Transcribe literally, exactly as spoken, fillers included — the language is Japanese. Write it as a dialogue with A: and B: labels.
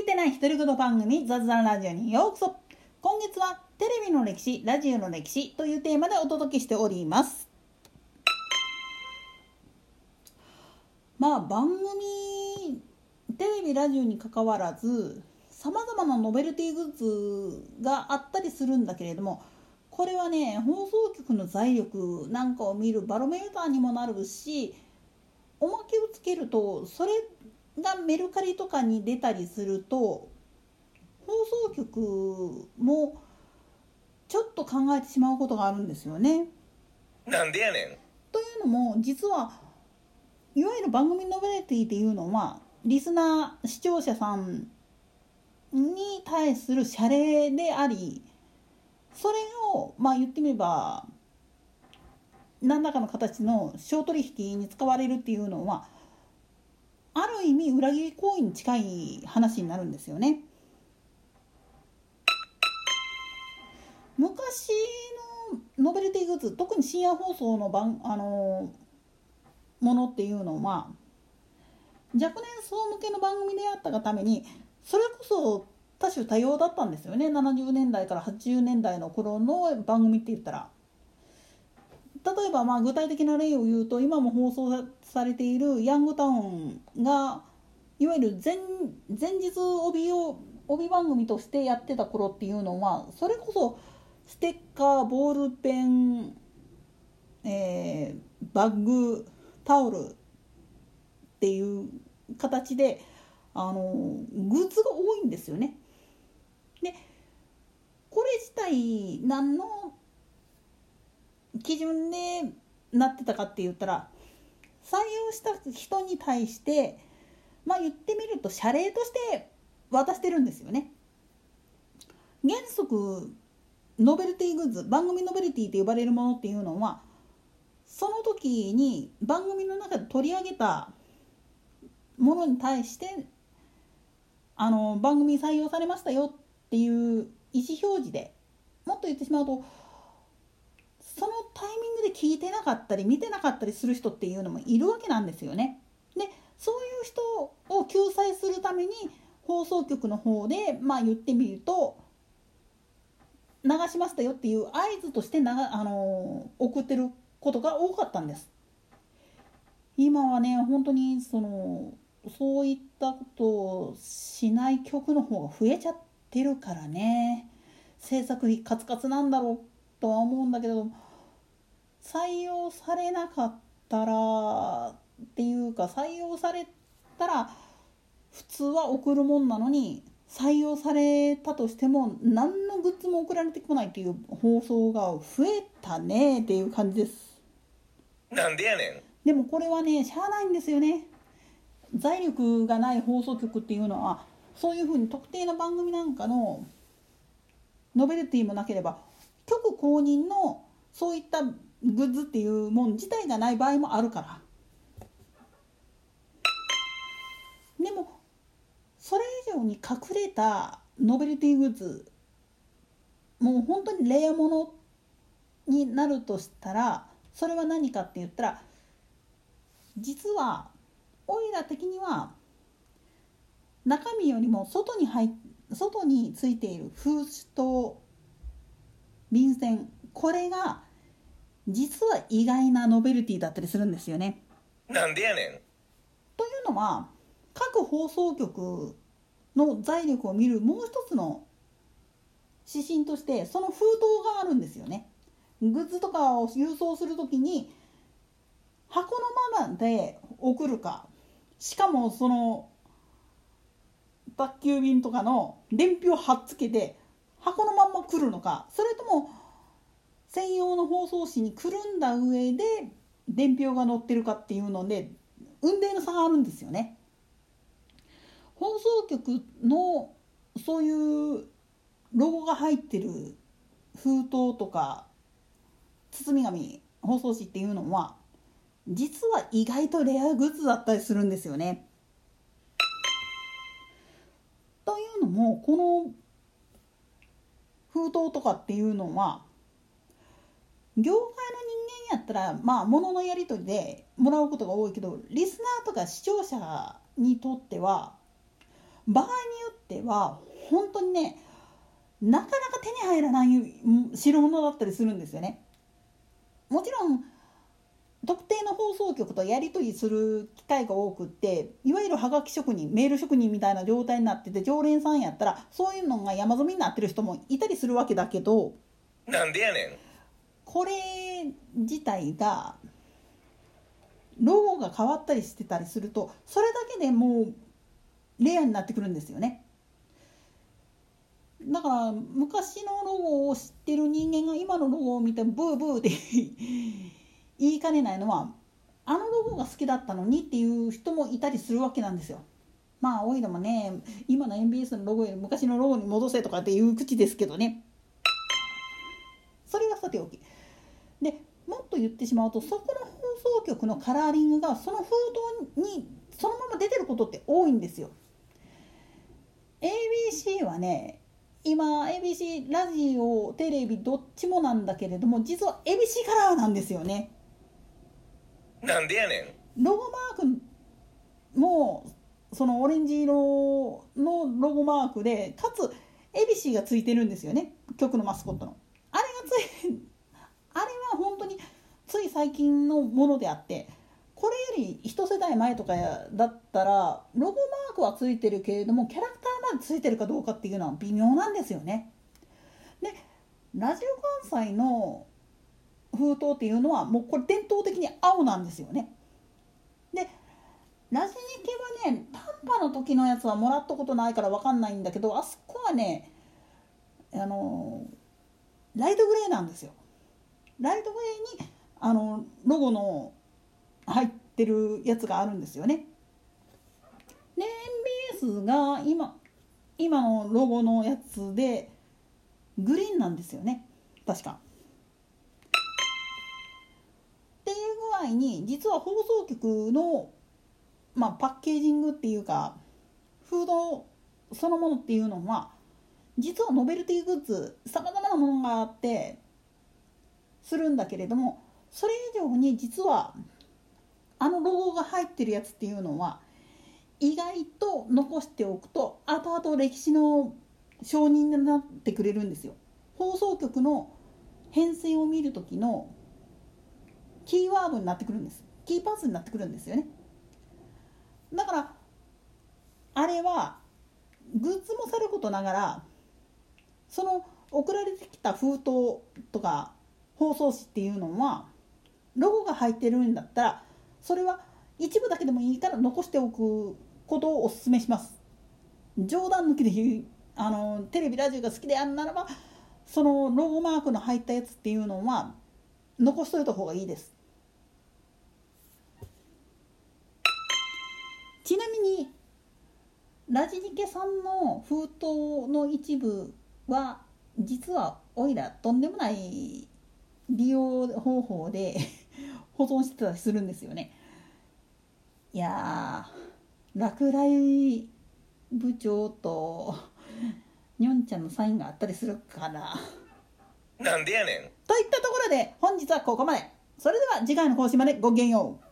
A: てない独り言番組雑談ラジオにようこそ。今月はテレビの歴史、ラジオの歴史というテーマでお届けしております。まあ番組、テレビ、ラジオに関わらずさまざまなノベルティグッズがあったりするんだけれども、これはね、放送局の財力なんかを見るバロメーターにもなるし、おまけをつけるとそれがメルカリとかに出たりすると、放送局もちょっと考えてしまうことがあるんですよね。
B: なんでやねん。
A: というのも、実はいわゆる番組ノベルティっていうのはリスナー視聴者さんに対する謝礼であり、それをまあ言ってみれば何らかの形の商取引に使われるっていうのは、ある意味裏切り行為に近い話になるんですよね。昔のノベルティグッズ、特に深夜放送の番あのものっていうのは若年層向けの番組であったがために、それこそ多種多様だったんですよね。ななじゅうねんだいからはちじゅうねんだいの頃の番組って言ったら、例えばまあ具体的な例を言うと、今も放送されているヤングタウンがいわゆる 前, 前日帯を帯番組としてやってた頃っていうのは、それこそステッカー、ボールペン、えー、バッグ、タオルっていう形であのグッズが多いんですよね。でこれ自体何の基準でなってたかって言ったら、採用した人に対してまあ言ってみると謝礼として渡してるんですよね。原則ノベルティグッズ、番組ノベルティと呼ばれるものっていうのは、その時に番組の中で取り上げたものに対してあの番組に採用されましたよっていう意思表示で、もっと言ってしまうと、そのタイミングで聞いてなかったり見てなかったりする人っていうのもいるわけなんですよね。でそういう人を救済するために放送局の方でまあ言ってみると流しましたよっていう合図としてなあの送ってることが多かったんです。今はね、本当にそのそういったことをしない局の方が増えちゃってるからね、制作費カツカツなんだろうとは思うんだけど、採用されなかったらっていうか、採用されたら普通は送るもんなのに、採用されたとしても何のグッズも送られてこないっていう放送が増えたねっていう感じです。
B: なんでやねん。
A: でもこれはね、しゃあないんですよね。財力がない放送局っていうのは、そういうふうに特定の番組なんかのノベルティもなければ、局公認のそういったグッズっていうもん自体がない場合もあるから。でもそれ以上に隠れたノベルティグッズ、もう本当にレアものになるとしたら、それは何かって言ったら、実はオイラ的には中身よりも外に入外についている封筒、便箋、これが実は意外なノベルティだったりするんですよね。
B: なんでやねん。
A: というのは、各放送局の財力を見るもう一つの指針として、その封筒があるんですよね。グッズとかを郵送するときに箱のままで送るか、しかもその宅急便とかの伝票貼っつけて箱のまんま来るのか、それとも専用の包装紙にくるんだ上で伝票が載ってるかっていうので、雲泥の差があるんですよね。放送局のそういうロゴが入ってる封筒とか包み紙、包装紙っていうのは実は意外とレアグッズだったりするんですよね。というのも、この封筒とかっていうのは業界の人間やったらまあ物のやり取りでもらうことが多いけど、リスナーとか視聴者にとっては場合によっては本当にね、なかなか手に入らない代物だったりするんですよね。もちろん特定の放送局とやり取りする機会が多くって、いわゆるはがき職人、メール職人みたいな状態になってて、常連さんやったらそういうのが山積みになってる人もいたりするわけだけど、
B: なんでやねん。
A: これ自体がロゴが変わったりしてたりすると、それだけでもうレアになってくるんですよね。だから昔のロゴを知ってる人間が今のロゴを見てブーブーって言いかねないのは、あのロゴが好きだったのにっていう人もいたりするわけなんですよ。まあおいらもね、今の エヌビーエス のロゴより昔のロゴに戻せとかっていう口ですけどね。それはさておきで、もっと言ってしまうと、そこの放送局のカラーリングがその封筒にそのまま出てることって多いんですよ。 エービーシー はね、今 エービーシー ラジオテレビどっちもなんだけれども、実は エービーシー カラーなんですよね。
B: なんでやね
A: ん。ロゴマークもそのオレンジ色のロゴマークで、かつ エービーシー がついてるんですよね、局のマスコットの。あれがついあれは本当につい最近のものであって、これより一世代前とかだったらロゴマークはついてるけれども、キャラクターまでついてるかどうかっていうのは微妙なんですよね。でラジオ関西の封筒っていうのはもうこれ伝統的に青なんですよね。でラジニケはね、短波の時のやつはもらったことないから分かんないんだけど、あそこはね、あのライトグレーなんですよ。ライトグレーにあのロゴの入ってるやつがあるんですよね。で エヌビーエス が今今のロゴのやつでグリーンなんですよね、確か。っていう具合に、実は放送局の、まあ、パッケージングっていうかフードそのものっていうのは、実はノベルティグッズさまざまなものがあってするんだけれども、それ以上に実はあのロゴが入ってるやつっていうのは意外と残しておくと後々歴史の証人になってくれるんですよ。放送局の編成を見る時のキーワードになってくるんです。キーパーツになってくるんですよね。だからあれはグッズもさることながら、その送られてきた封筒とか包装紙っていうのはロゴが入ってるんだったら、それは一部だけでもいいから残しておくことをお勧めします。冗談抜きで言う、あのテレビラジオが好きであるならば、そのロゴマークの入ったやつっていうのは残しといた方がいいです。ちなみにラジニケさんの封筒の一部は実はおいらとんでもない利用方法で保存してたりするんですよね。いやー、落雷部長とにょんちゃんのサインがあったりするから。
B: ん。なんでやねん。
A: といったところで本日はここまで。それでは次回の更新までごきげんよう。